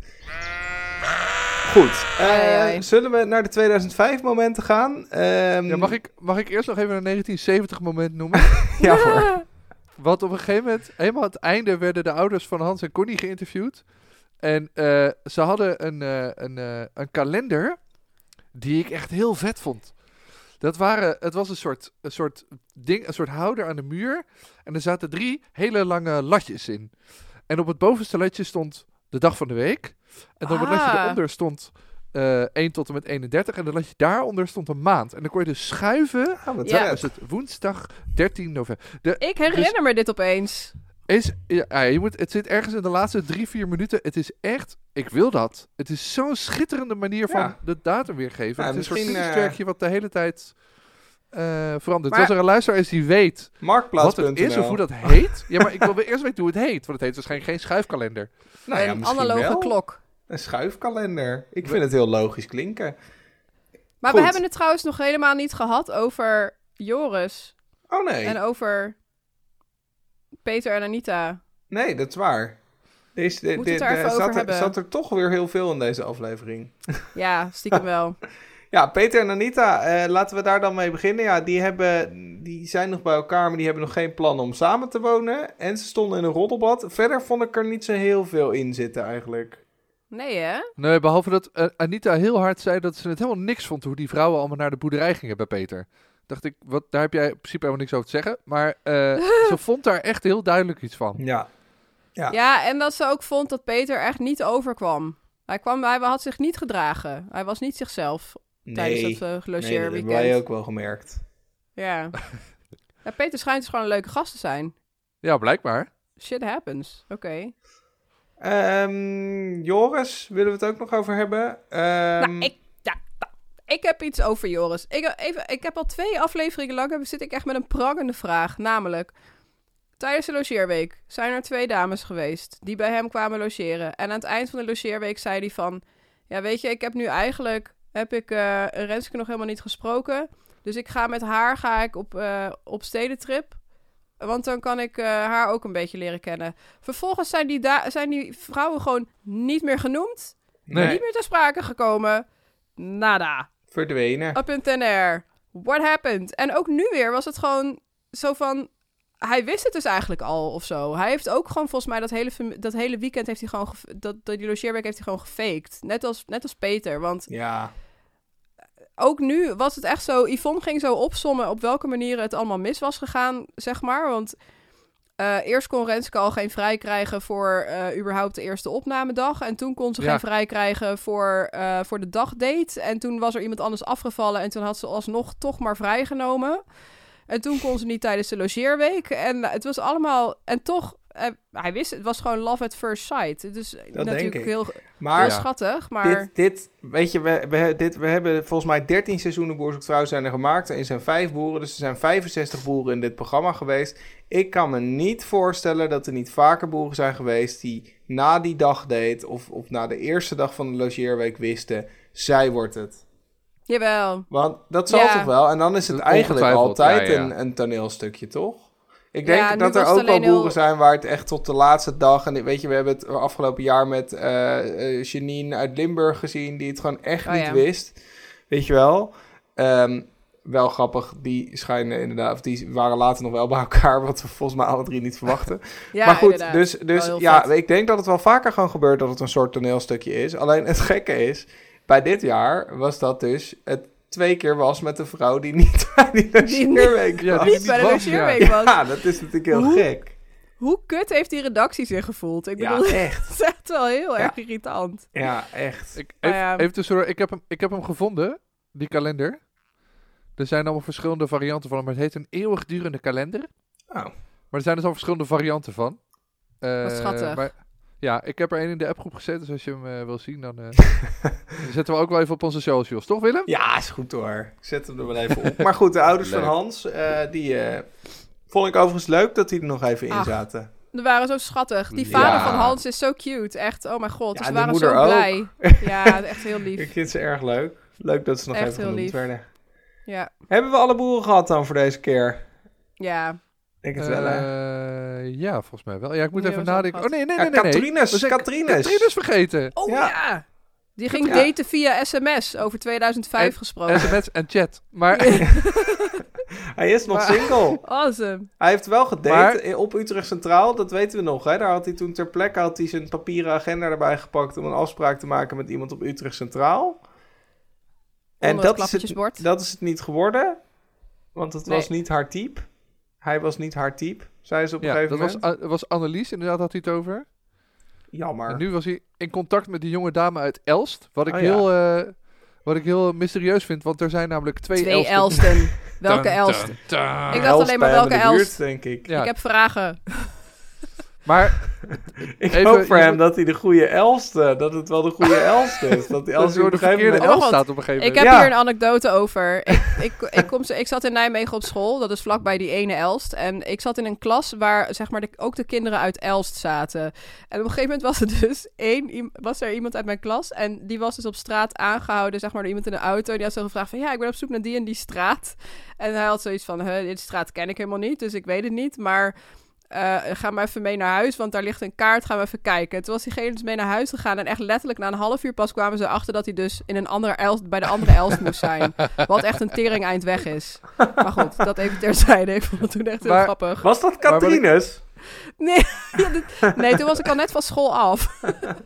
Goed. Ai, eh, ai. Zullen we naar de tweeduizend vijf momenten gaan? Ehm, Ja, mag, ik, mag ik eerst nog even een negentien zeventig moment noemen? Ja, hoor. Want op een gegeven moment, helemaal aan het einde, werden de ouders van Hans en Connie geïnterviewd. En eh, ze hadden een, eh, een, eh, een kalender die ik echt heel vet vond. Dat waren, het was een soort, een soort ding, een soort houder aan de muur. En er zaten drie hele lange latjes in. En op het bovenste latje stond de dag van de week. En op het latje Ah. daaronder stond eh één tot en met eenendertig. En het latje daaronder stond een maand. En dan kon je dus schuiven. Ah, wat Ja. vet. Dus het woensdag dertien november. De, Ik herinner me dit opeens. is, ja, ja, je moet, het zit ergens in de laatste drie, vier minuten. Het is echt, ik wil dat. Het is zo'n schitterende manier van Ja. de datum weergeven. Ja, het is een soort misschien, eh, kunstwerkje wat de hele tijd eh, verandert. Maar- Als er een luisteraar is die weet Marktplaats. wat het is of hoe dat heet. Ja, maar ik wil eerst weten hoe het heet. Want het heet waarschijnlijk geen schuifkalender. Nou ja, een misschien analoge wel. klok. Een schuifkalender. Ik vind het heel logisch klinken. Maar Goed. we hebben het trouwens nog helemaal niet gehad over Joris. Oh nee. En over Peter en Anita. Nee, dat is waar. Deze, de, Moeten we het de- daar de- even over zat, er, hebben? zat er toch weer heel veel in deze aflevering. Ja, stiekem wel. Ja, Peter en Anita, eh, laten we daar dan mee beginnen. Ja, die, hebben, die zijn nog bij elkaar, maar die hebben nog geen plan om samen te wonen. En ze stonden in een roddelbad. Verder vond ik er niet zo heel veel in zitten eigenlijk. Nee, hè? Nee, behalve dat eh, Anita heel hard zei dat ze het helemaal niks vond hoe die vrouwen allemaal naar de boerderij gingen bij Peter. Dacht ik, wat, daar heb jij in principe helemaal niks over te zeggen. Maar eh, ze vond daar echt heel duidelijk iets van. Ja. Ja. Ja, en dat ze ook vond dat Peter echt niet overkwam. Hij, kwam, hij had zich niet gedragen. Hij was niet zichzelf tijdens Nee, dat uh, nee, dat logeerweekend. hebben wij ook wel gemerkt. Ja. Ja, Peter schijnt dus gewoon een leuke gast te zijn. Ja, blijkbaar. Shit happens. Oké. Ehm, Joris, willen we het ook nog over hebben? Ehm, Nou, ik, ja, nou, ik heb iets over Joris. Ik, even, ik heb al twee afleveringen lang heb, zit ik echt met een prangende vraag. Namelijk, tijdens de logeerweek zijn er twee dames geweest die bij hem kwamen logeren. En aan het eind van de logeerweek zei hij van... Ja, weet je, ik heb nu eigenlijk... heb ik uh, Renske nog helemaal niet gesproken. Dus ik ga met haar ga ik op, uh, op stedentrip. Want dan kan ik uh, haar ook een beetje leren kennen. Vervolgens zijn die, da- zijn die vrouwen gewoon niet meer genoemd. Nee. Niet meer ter sprake gekomen. Nada. Verdwenen. Up in ten air. What happened? En ook nu weer was het gewoon zo van... Hij wist het dus eigenlijk al of zo. Hij heeft ook gewoon volgens mij dat hele, fam- dat hele weekend heeft hij gewoon... Ge- dat, dat die logeerweek heeft hij gewoon gefaked. Net als, net als Peter. Want Ja. ook nu was het echt zo... Yvonne ging zo opsommen op welke manieren het allemaal mis was gegaan, zeg maar. Want uh, eerst kon Renske al geen vrij krijgen voor uh, überhaupt de eerste opnamedag. En toen kon ze Ja. geen vrij krijgen voor, uh, voor de dagdate. En toen was er iemand anders afgevallen. En toen had ze alsnog toch maar vrijgenomen. En toen kon ze niet tijdens de logeerweek. En het was allemaal... En toch uh, hij wist, het was gewoon love at first sight. Het is natuurlijk denk ik. heel, Maar heel Ja. schattig, maar... dit, dit, weet je, we, we, dit, we hebben volgens mij dertien seizoenen Boer zoekt vrouw zijn er gemaakt. Er zijn vijf boeren, dus er zijn vijfenzestig boeren in dit programma geweest. Ik kan me niet voorstellen dat er niet vaker boeren zijn geweest die na die dagdate of, of na de eerste dag van de logeerweek wisten, zij wordt het. Jawel. Want dat zal Ja. toch wel? En dan is het Dat eigenlijk ongetwijfeld, altijd ja, ja. Een, een toneelstukje, toch? Ik denk Ja, nu dat er was het ook wel alleen boeren heel- zijn waar het echt tot de laatste dag... En weet je, we hebben het afgelopen jaar met eh, eh, Janine uit Limburg gezien... die het gewoon echt Oh, niet ja. wist. Weet je wel? Ehm, wel grappig, die schijnen inderdaad... of die waren later nog wel bij elkaar... wat we volgens mij alle drie niet verwachten. Ja, maar goed, inderdaad. dus, dus Wel heel ja, vet. ik denk dat het wel vaker gewoon gebeurt... dat het een soort toneelstukje is. Alleen het gekke is... bij dit jaar was dat dus... het twee keer was met een vrouw die niet bij die logeerweek Ja, was. die- Niet bij de was, logeerweek was. Ja, dat is natuurlijk heel Hoe? gek. Hoe kut heeft die redactie zich gevoeld? Ik Ja, bedoel, echt. het is echt wel heel Ja. erg irritant. Ja, echt. Ik, Nou even, ja. even tussendoor, ik heb, hem, ik heb hem gevonden, die kalender. Er zijn allemaal verschillende varianten van hem, maar het heet een eeuwigdurende kalender. Oh. Maar er zijn dus al verschillende varianten van. Eh, Wat schattig. maar- ja, ik heb er één in de appgroep gezet, dus als je hem eh, wil zien, dan eh, dan zetten we ook wel even op onze socials. Toch, Willem? Ja, is goed hoor. Ik zet hem er wel even op. Maar goed, de ouders Leuk. van Hans, eh, die eh, vond ik overigens leuk dat die er nog even in Ach. zaten. Die waren zo schattig. Die vader Ja. van Hans is zo cute. Echt, oh mijn god. Ja, Dus en ze de waren zo moeder ook. blij. Ja, echt heel Ik lief. vind ze erg leuk. Leuk dat ze nog Echt even heel genoemd lief. werden. Ja, Hebben we alle boeren gehad dan voor deze keer? ja. Ik denk het wel, hè? Eh, ja, volgens mij wel. Ja, ik moet Nee, even was al nadenken. Oh gehad. nee, nee, Ja, nee, nee. nee. Katrines, We zijn Katrines. Katrines vergeten. Oh Ja. ja. Die ging Ja. daten via sms over tweeduizend vijf En- gesproken. S M S en chat. Maar Hij is nog Maar- single. Awesome. Hij heeft wel gedate Maar- in- op Utrecht Centraal, dat weten we nog. Hè? Daar had hij toen ter plekke had hij zijn papieren agenda erbij gepakt om een afspraak te maken met iemand op Utrecht Centraal. En Onder het dat is, het, klappertjesbord. dat is het niet geworden, want het Nee. was niet haar type. Hij was niet haar type, zei ze op een ja, gegeven dat was, moment. A- was Annelies, inderdaad had hij het over. Jammer. En nu was hij in contact met die jonge dame uit Elst. Wat ik, Oh, ja. heel, eh, wat ik heel mysterieus vind, want er zijn namelijk twee, Twee Elsten. Elsten. Welke Dun, Elst? dun, dun. Ik dacht alleen maar bij hem welke in de buurt, Elst. denk ik. Ja, Ik heb vragen. maar Ik Even- hoop voor je hem moet- dat hij de goede Elste, dat het wel de goede Elste is. Dat hij als als hij hij door op de een gegeven verkeerde moment... Elst Oh, staat op een gegeven Ik moment. heb Ja. hier een anekdote over. Ik, ik, ik, kom, ik zat in Nijmegen op school. Dat is vlakbij die ene Elst. En ik zat in een klas waar zeg maar, de, ook de kinderen uit Elst zaten. En op een gegeven moment was er dus één, iem- was er iemand uit mijn klas. En die was dus op straat aangehouden, zeg maar, door iemand in een auto. En die had zo gevraagd van, ja, ik ben op zoek naar die en die straat. En hij had zoiets van, huh, dit straat ken ik helemaal niet, dus ik weet het niet. Maar eh, ga maar even mee naar huis, want daar ligt een kaart, gaan we even kijken. Toen was diegene dus mee naar huis gegaan en echt letterlijk na een half uur pas kwamen ze achter dat hij dus in een andere Elst, bij de andere Elst moest zijn. Wat echt een tering eind weg is. Maar goed, dat even terzijde. Ik vond het toen echt heel Maar- grappig. Was dat Maar wat ik- Katrines? Nee, ja, dit- nee, toen was ik al net van school af.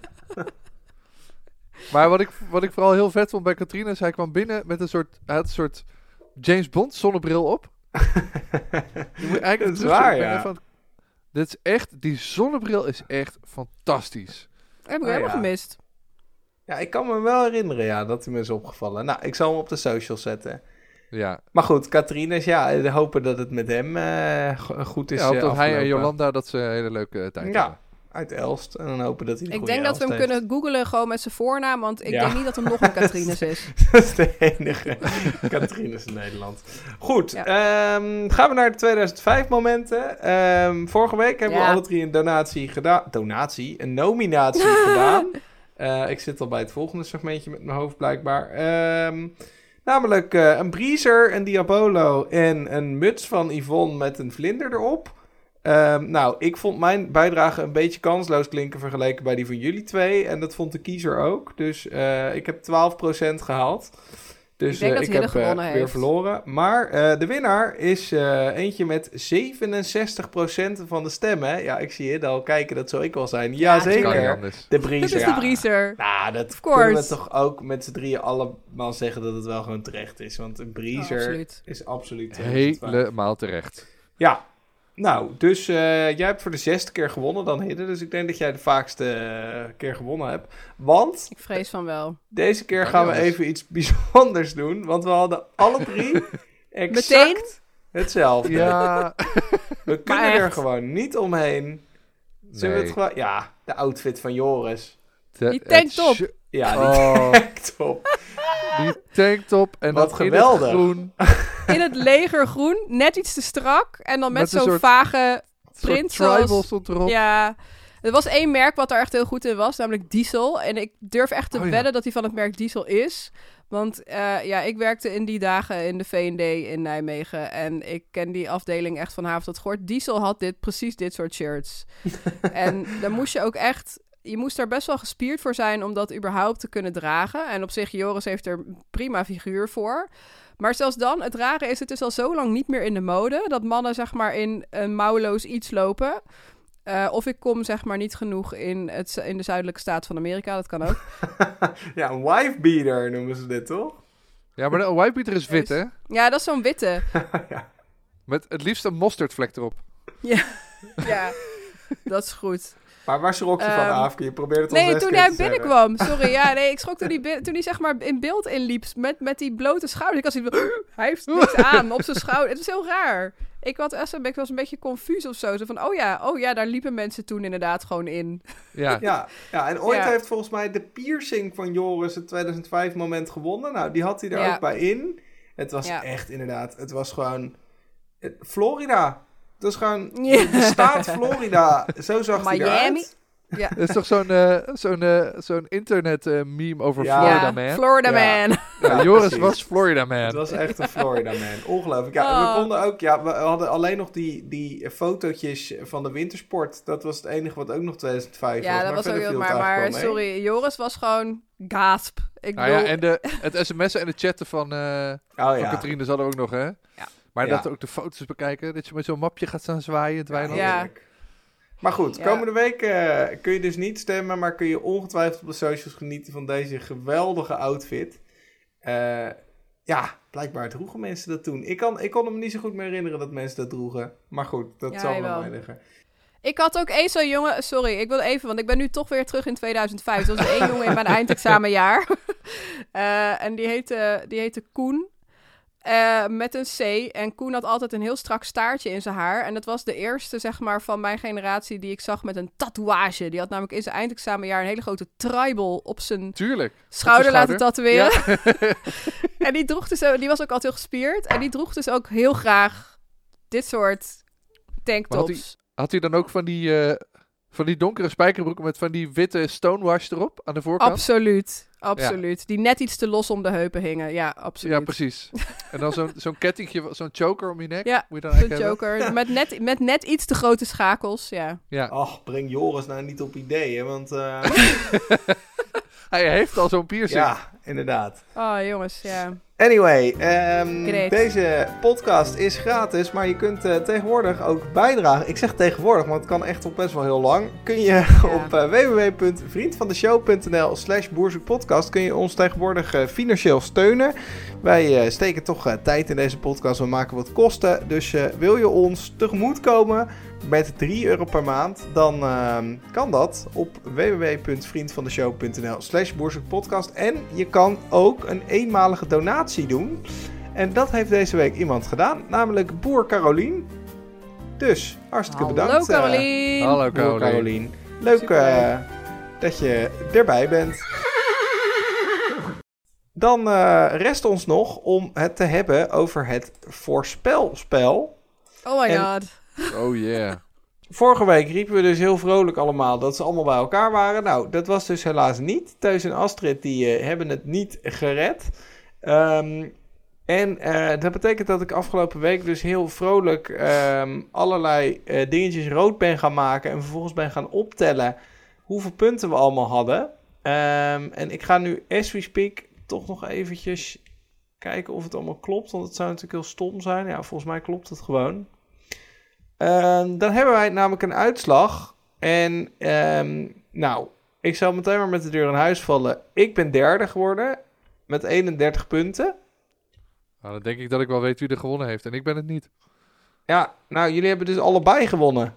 Maar wat ik, wat ik vooral heel vet vond bij Katrina is, hij kwam binnen met een soort, hij had een soort James Bond zonnebril op. Je moet eigenlijk Dat even is terug- waar, ik ben ja. even aan het- Dit is echt, die zonnebril is echt fantastisch. Dat heb ik Oh, helemaal ja. gemist. Ja, ik kan me wel herinneren, ja, dat hij me is opgevallen. Nou, ik zal hem op de socials zetten. Ja, Maar goed, Katrines, ja, we hopen dat het met hem eh, go- goed is ja, eh, dat hij en afgelopen. Jolanda, dat ze een hele leuke eh, tijd Ja, hebben. uit Elst. En dan hopen dat hij de Ik goede denk dat we hem Elst heeft. kunnen googlen gewoon met zijn voornaam, want ik Ja. denk niet dat er nog een Katrines is. Dat is de enige Katrines in Nederland. Goed, Ja. ehm, gaan we naar de tweeduizend vijf momenten. Ehm, vorige week hebben we Ja. alle drie een donatie gedaan. Donatie? Een nominatie gedaan. Eh, ik zit al bij het volgende segmentje met mijn hoofd blijkbaar. Ehm, namelijk eh, een Breezer, een Diabolo en een muts van Yvonne met een vlinder erop. Ehm, nou, ik vond mijn bijdrage een beetje kansloos klinken vergeleken bij die van jullie twee. En dat vond de kiezer ook. Dus eh, ik heb twaalf procent gehaald. Dus Ik denk eh, dat ik Hille heb eh, gewonnen weer heeft. verloren. Maar eh, de winnaar is eh, eentje met zevenenzestig procent van de stemmen. Ja, ik zie je al kijken, dat zou ik wel zijn. Jazeker. Kan niet Ja, anders. de Dit Breezer. is de ja. Breezer. Nou, dat Of course. kunnen we toch ook met z'n drieën allemaal zeggen dat het wel gewoon terecht is. Want een Breezer Oh, absoluut. is absoluut tweeduizend vijf. Helemaal terecht. Ja. Nou, dus eh, jij hebt voor de zesde keer gewonnen dan, Hidde. Dus ik denk dat jij de vaakste eh, keer gewonnen hebt. Want Ik vrees van wel. deze keer Kan gaan we niet anders. even iets bijzonders doen. Want we hadden alle drie exact Meteen? hetzelfde. Ja, We kunnen Maar er echt. gewoon niet omheen. Zullen we het Nee. gewoon... Ja, de outfit van Joris. De- Die het tanktop. sh- Ja, die Oh. tanktop. Die tanktop en Wat dan in geweldig. het groen. In het legergroen, net iets te strak. En dan met, Met een zo'n soort- vage Zo'n print tribal zoals... stond erop. Ja, er was één merk wat daar echt heel goed in was, namelijk Diesel. En ik durf echt te Oh ja. wedden dat hij van het merk Diesel is. Want uh, ja, ik werkte in die dagen in de V en D in Nijmegen. En ik ken die afdeling echt van haven tot gort. Diesel had dit, precies dit soort shirts. En dan moest je ook echt... Je moest daar best wel gespierd voor zijn om dat überhaupt te kunnen dragen. En op zich, Joris heeft er een prima figuur voor. Maar zelfs dan, het rare is, het is al zo lang niet meer in de mode... dat mannen zeg maar in een mouwloos iets lopen... Uh, of ik kom zeg maar niet genoeg in, het, in de zuidelijke staat van Amerika. Dat kan ook. Ja, een wife-beater noemen ze dit, toch? Ja, maar een whitebeater is wit, hè? Ja, dat is zo'n witte. Ja. Met het liefst een mosterdvlek erop. Ja, ja, dat is goed. Maar waar schrok je van, Ehm, Aafke? Je probeerde het ons Nee, zes toen keer hij te zeggen. binnenkwam. Sorry, ja, nee, ik schrok toen hij, bin- toen hij zeg maar in beeld inliep met, met die blote schouders. Ik had zoiets van, hij heeft niks aan op zijn schouder. Het is heel raar. Ik, had, echt een- ik was een beetje confus of zo. Zo van, oh ja, oh ja, daar liepen mensen toen inderdaad gewoon in. Ja. Ja, ja, en ooit Ja. heeft volgens mij de piercing van Joris het tweeduizend vijf moment gewonnen. Nou, die had hij er Ja. ook bij in. Het was Ja. echt inderdaad, het was gewoon... het- Florida. Het was gewoon Ja. de staat Florida. Zo zag hij Miami. eruit. Ja, Dat is toch zo'n eh, zo'n eh, zo'n internet eh, meme over Ja. Florida ja, Man? Florida Ja. Man. Ja, Joris precies. was Florida Man. Het was echt een Florida man. Ongelooflijk. Ja, en Oh. we konden ook... Ja, we hadden alleen nog die, die fotootjes van de wintersport. Dat was het enige wat ook nog tweeduizend vijf Ja, was. dat was ook verder heel viel het maar. Maar eigenlijk wel mee. sorry, Joris was gewoon gasp. Ik Ah, bedoel, ja, en de, het sms'en en de chatten van, eh Oh van ja. Katrien hadden we ook nog, hè? Ja. Maar Ja. dat ook de foto's bekijken, dat je met zo'n mapje gaat staan zwaaien in het weiland. Ja. heerlijk. Maar goed, Ja. komende week eh, kun je dus niet stemmen, maar kun je ongetwijfeld op de socials genieten van deze geweldige outfit. Eh, ja, blijkbaar droegen mensen dat toen. Ik, kan, ik kon me niet zo goed meer herinneren dat mensen dat droegen. Maar goed, dat Ja, zal wel jawel. mij liggen. Ik had ook één zo'n jongen... Sorry, ik wil even... Want ik ben nu toch weer terug in tweeduizend vijf. Er was één jongen in mijn eindexamenjaar. Eh, en die heette, die heette Koen. Eh, met een C. En Koen had altijd een heel strak staartje in zijn haar. En dat was de eerste, zeg maar, van mijn generatie die ik zag met een tatoeage. Die had namelijk in zijn eindexamenjaar een hele grote tribal op zijn Tuurlijk. schouder laten schouder. tatoeëren. En die droeg dus... Die was ook altijd heel gespierd. En die droeg dus ook heel graag dit soort tanktops. Had hij dan ook van die, eh, van die donkere spijkerbroeken met van die witte stonewash erop aan de voorkant? Absoluut, absoluut. Die net iets te los om de heupen hingen. Ja, absoluut. Ja, precies. En dan zo'n zo'n kettingje, zo'n choker om je nek. Ja, moet je dan De eigenlijk hebben. Joker. Met, net, met net iets te grote schakels, ja. Ja. Ach, breng Joris nou niet op ideeën, want eh, Hij heeft al zo'n piercing. ja, inderdaad. Oh, jongens, ja. Anyway, ehm, Great. deze podcast is gratis, maar je kunt eh, tegenwoordig ook bijdragen. Ik zeg tegenwoordig, want het kan echt al best wel heel lang. Kun je op uh, w w w punt vriendvandeshow punt n l slash boerzoekpodcast kun je ons tegenwoordig uh, financieel steunen. Wij uh, steken toch uh, tijd in deze podcast, we maken wat kosten. Dus uh, wil je ons tegemoet komen met drie euro per maand, dan uh, kan dat op w w w punt vriendvandeshow punt n l slash boerzoekpodcast. En je kan ook een eenmalige donatie doen. En dat heeft deze week iemand gedaan, namelijk boer Carolien. Dus, hartstikke Hallo, bedankt. uh, Carolien. Hallo boer Carolien. Carolien. Leuk Superleuk. uh, dat je erbij bent. Dan uh, rest ons nog om het te hebben over het voorspelspel. Oh my En- god. Oh yeah. Vorige week riepen we dus heel vrolijk allemaal dat ze allemaal bij elkaar waren. Nou, dat was dus helaas niet. Teus en Astrid die uh, hebben het niet gered. Um, en uh, dat betekent dat ik afgelopen week dus heel vrolijk um, allerlei uh, dingetjes rood ben gaan maken. En vervolgens ben gaan optellen hoeveel punten we allemaal hadden. Um, en ik ga nu, as we speak, toch nog eventjes kijken of het allemaal klopt. Want het zou natuurlijk heel stom zijn. Ja, volgens mij klopt het gewoon. Um, dan hebben wij namelijk een uitslag. En um, nou, ik zal meteen maar met de deur in huis vallen. Ik ben derde geworden met eenendertig punten. Nou, dan denk ik dat ik wel weet wie er gewonnen heeft. En ik ben het niet. Ja, nou, jullie hebben dus allebei gewonnen.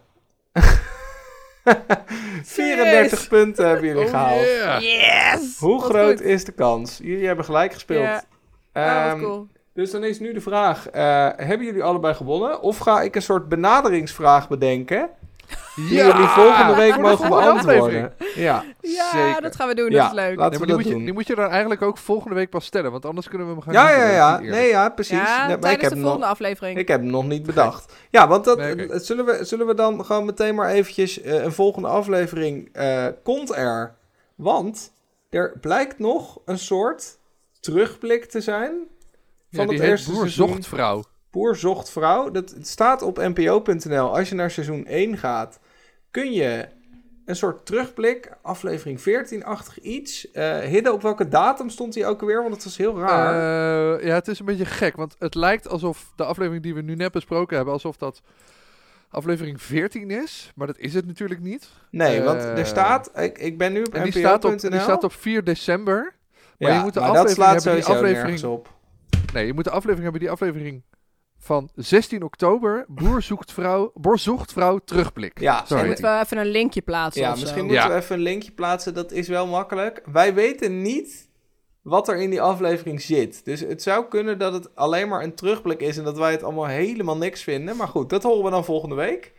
vierendertig punten hebben jullie gehaald. yeah. Yes! Hoe Wat groot goed. is de kans? Jullie hebben gelijk gespeeld. Ja. Oh, wat Ehm, cool. Dus dan is nu de vraag, uh, hebben jullie allebei gewonnen? Of ga ik een soort benaderingsvraag bedenken? die jullie volgende week Voor de mogen volgende beantwoorden. Ja, Ja, Zeker. dat gaan we doen. Ja, Dat is leuk. laten Nee, we maar die, dat moet je, doen. die moet je dan eigenlijk ook volgende week pas stellen, want anders kunnen we hem gaan Ja, niet ja, doen, ja. niet eerder. Nee, ja, precies. Ja, Nee, maar ik tijdens heb de hem volgende nog, aflevering. ik heb hem nog niet bedacht. Ja, want dat, Nee, oké. eh, zullen, we, zullen we dan gewoon meteen maar eventjes eh, een volgende aflevering eh, komt er. Want er blijkt nog een soort terugblik te zijn van Ja, die het heet eerste Boer seizoen. zocht vrouw. Boer zocht vrouw. Dat het staat op n p o punt n l. Als je naar seizoen één gaat, kun je een soort terugblik, aflevering veertien-achtig iets. Uh, Hidde, op welke datum stond hij ook alweer? Want het was heel raar. Uh, ja, het is een beetje gek, want het lijkt alsof de aflevering die we nu net besproken hebben, alsof dat aflevering veertien is, maar dat is het natuurlijk niet. nee, uh, want er staat, ik, ik ben nu op en n die p o staat op, punt n l. die staat op vier december. Maar ja, je moet de maar dat aflevering slaat hebben, die sowieso aflevering... nergens op. Nee, je moet de aflevering hebben, die aflevering van zestien oktober, Boer zoekt vrouw, Boer zoekt vrouw terugblik. Ja, Zo Misschien heet moeten we even een linkje plaatsen. Ja, of zo. misschien Ja. moeten we even een linkje plaatsen. Dat is wel makkelijk. Wij weten niet wat er in die aflevering zit. Dus het zou kunnen dat het alleen maar een terugblik is en dat wij het allemaal helemaal niks vinden. Maar goed, dat horen we dan volgende week.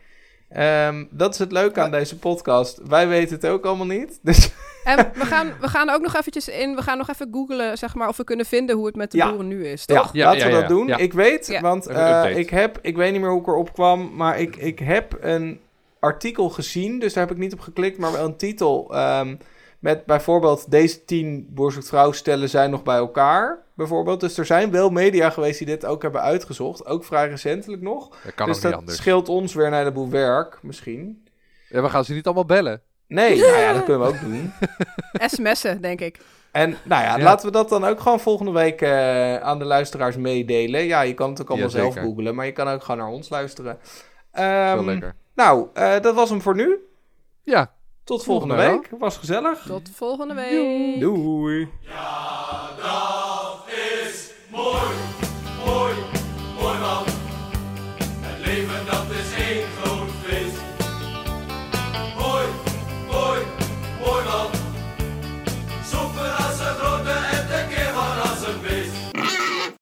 Um, dat is het leuke aan deze podcast. Wij weten het ook allemaal niet. Dus En we gaan, we gaan ook nog eventjes in, we gaan nog even googlen, zeg maar, of we kunnen vinden hoe het met de Ja. boeren nu is, ja, toch? Ja, laten ja, we ja, dat doen. ja. Ik weet, Ja. want Even een uh, update. ik heb, ik weet niet meer hoe ik erop kwam, maar ik, ik heb een artikel gezien, dus daar heb ik niet op geklikt, maar wel een titel um, met bijvoorbeeld deze tien Boer zoekt vrouw stellen zijn nog bij elkaar, bijvoorbeeld. Dus er zijn wel media geweest die dit ook hebben uitgezocht, ook vrij recentelijk nog. Dat kan dus ook dat niet anders. scheelt ons weer een heleboel werk, misschien. Ja, we gaan ze niet allemaal bellen. Nee, nou ja, dat kunnen we ook doen. sms'en, denk ik. En nou ja, Ja. laten we dat dan ook gewoon volgende week uh, aan de luisteraars meedelen. Ja, je kan het ook allemaal Ja, zelf zeker. googlen, maar je kan ook gewoon naar ons luisteren. Wel Um, lekker. nou, uh, dat was hem voor nu. Ja, Tot volgende Volgende week. Was gezellig. Tot volgende week. Doei. Ja, dat is mooi.